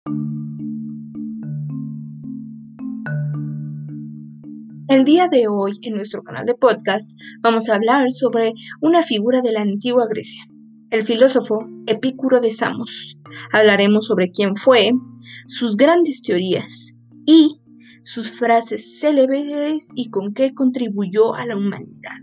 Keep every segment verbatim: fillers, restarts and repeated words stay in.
El día de hoy, en nuestro canal de podcast, vamos a hablar sobre una figura de la antigua Grecia, el filósofo Epicuro de Samos. Hablaremos sobre quién fue, sus grandes teorías y sus frases célebres y con qué contribuyó a la humanidad.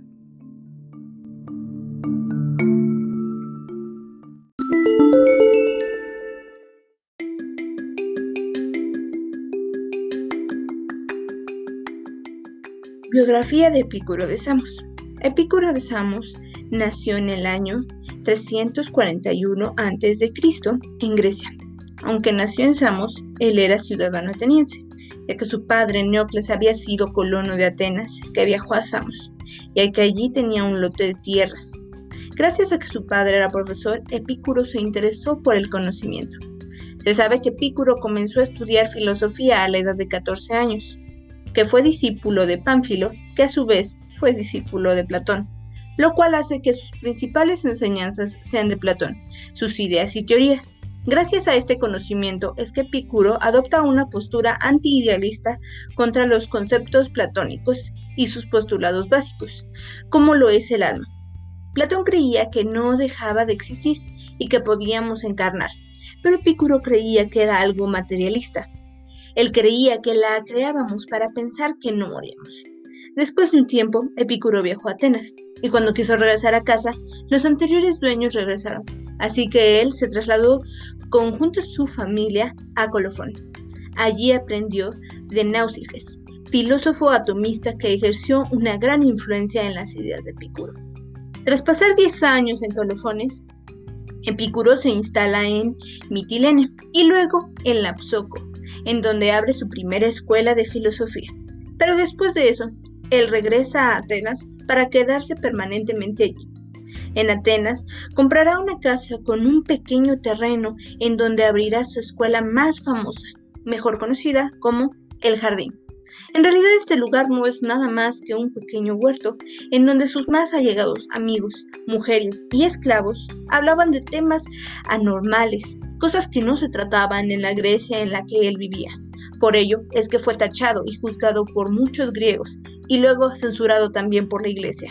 Biografía de Epicuro de Samos. Epicuro de Samos nació en el año trescientos cuarenta y uno antes de Cristo en Grecia. Aunque nació en Samos, él era ciudadano ateniense, ya que su padre Neocles había sido colono de Atenas que viajó a Samos, y que allí tenía un lote de tierras. Gracias a que su padre era profesor, Epicuro se interesó por el conocimiento. Se sabe que Epicuro comenzó a estudiar filosofía a la edad de catorce años, que fue discípulo de Pánfilo, que a su vez fue discípulo de Platón, lo cual hace que sus principales enseñanzas sean de Platón, sus ideas y teorías. Gracias a este conocimiento es que Epicuro adopta una postura anti-idealista contra los conceptos platónicos y sus postulados básicos, como lo es el alma. Platón creía que no dejaba de existir y que podíamos encarnar, pero Epicuro creía que era algo materialista. Él creía que la creábamos para pensar que no moríamos. Después de un tiempo, Epicuro viajó a Atenas, y cuando quiso regresar a casa, los anteriores dueños regresaron, así que él se trasladó conjunto a su familia a Colofón. Allí aprendió de Nausifes, filósofo atomista que ejerció una gran influencia en las ideas de Epicuro. Tras pasar diez años en Colofones, Epicuro se instala en Mitilene y luego en Lapsoco, en donde abre su primera escuela de filosofía. Pero después de eso, él regresa a Atenas para quedarse permanentemente allí. En Atenas, comprará una casa con un pequeño terreno en donde abrirá su escuela más famosa, mejor conocida como El Jardín. En realidad este lugar no es nada más que un pequeño huerto en donde sus más allegados amigos, mujeres y esclavos hablaban de temas anormales, cosas que no se trataban en la Grecia en la que él vivía. Por ello es que fue tachado y juzgado por muchos griegos y luego censurado también por la Iglesia.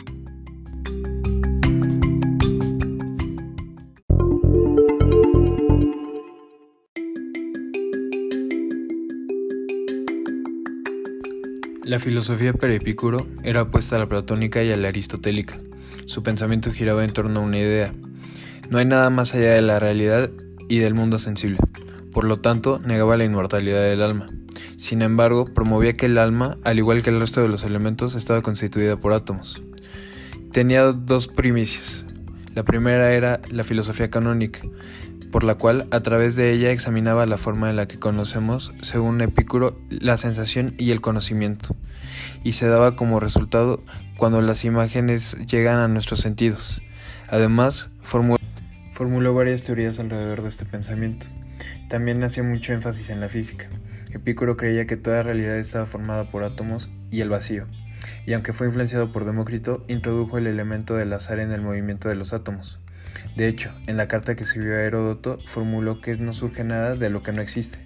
La filosofía para Epicuro era opuesta a la platónica y a la aristotélica. Su pensamiento giraba en torno a una idea. No hay nada más allá de la realidad y del mundo sensible. Por lo tanto, negaba la inmortalidad del alma. Sin embargo, promovía que el alma, al igual que el resto de los elementos, estaba constituida por átomos. Tenía dos primicias. La primera era la filosofía canónica, por la cual a través de ella examinaba la forma en la que conocemos, según Epicuro, la sensación y el conocimiento, y se daba como resultado cuando las imágenes llegan a nuestros sentidos. Además, formuló, formuló varias teorías alrededor de este pensamiento. También hacía mucho énfasis en la física. Epicuro creía que toda realidad estaba formada por átomos y el vacío, y aunque fue influenciado por Demócrito, introdujo el elemento del azar en el movimiento de los átomos. De hecho, en la carta que escribió a Heródoto, formuló que no surge nada de lo que no existe.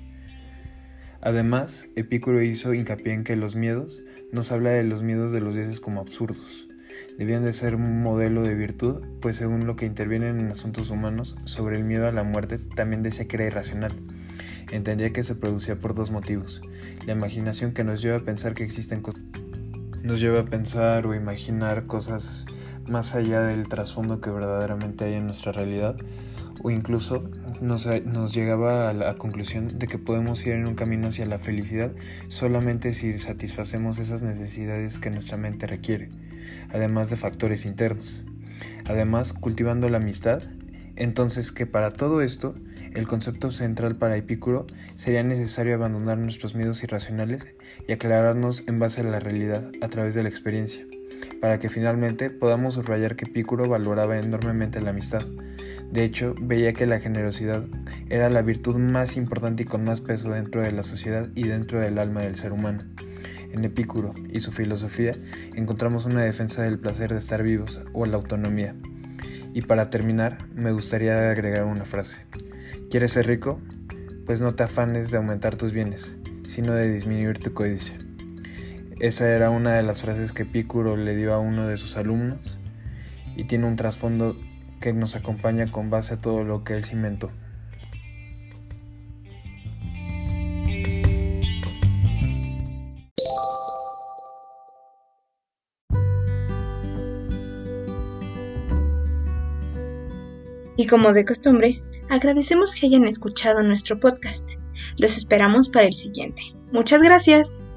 Además, Epicuro hizo hincapié en que los miedos, nos habla de los miedos de los dioses como absurdos. Debían de ser un modelo de virtud, pues según lo que intervienen en asuntos humanos, sobre el miedo a la muerte también decía que era irracional. Entendía que se producía por dos motivos: la imaginación, que nos lleva a pensar que existen cosas, nos lleva a pensar o imaginar cosas más allá del trasfondo que verdaderamente hay en nuestra realidad, o incluso nos, nos llegaba a la conclusión de que podemos ir en un camino hacia la felicidad solamente si satisfacemos esas necesidades que nuestra mente requiere, además de factores internos. Además, cultivando la amistad, entonces que para todo esto, el concepto central para Epicuro sería necesario abandonar nuestros miedos irracionales y aclararnos en base a la realidad a través de la experiencia, para que finalmente podamos subrayar que Epicuro valoraba enormemente la amistad. De hecho, veía que la generosidad era la virtud más importante y con más peso dentro de la sociedad y dentro del alma del ser humano. En Epicuro y su filosofía encontramos una defensa del placer de estar vivos o la autonomía. Y para terminar, me gustaría agregar una frase. ¿Quieres ser rico? pues no te afanes de aumentar tus bienes, sino de disminuir tu codicia. Esa era una de las frases que Epicuro le dio a uno de sus alumnos y tiene un trasfondo que nos acompaña con base a todo lo que él cimentó. Y como de costumbre, agradecemos que hayan escuchado nuestro podcast. Los esperamos para el siguiente. Muchas gracias.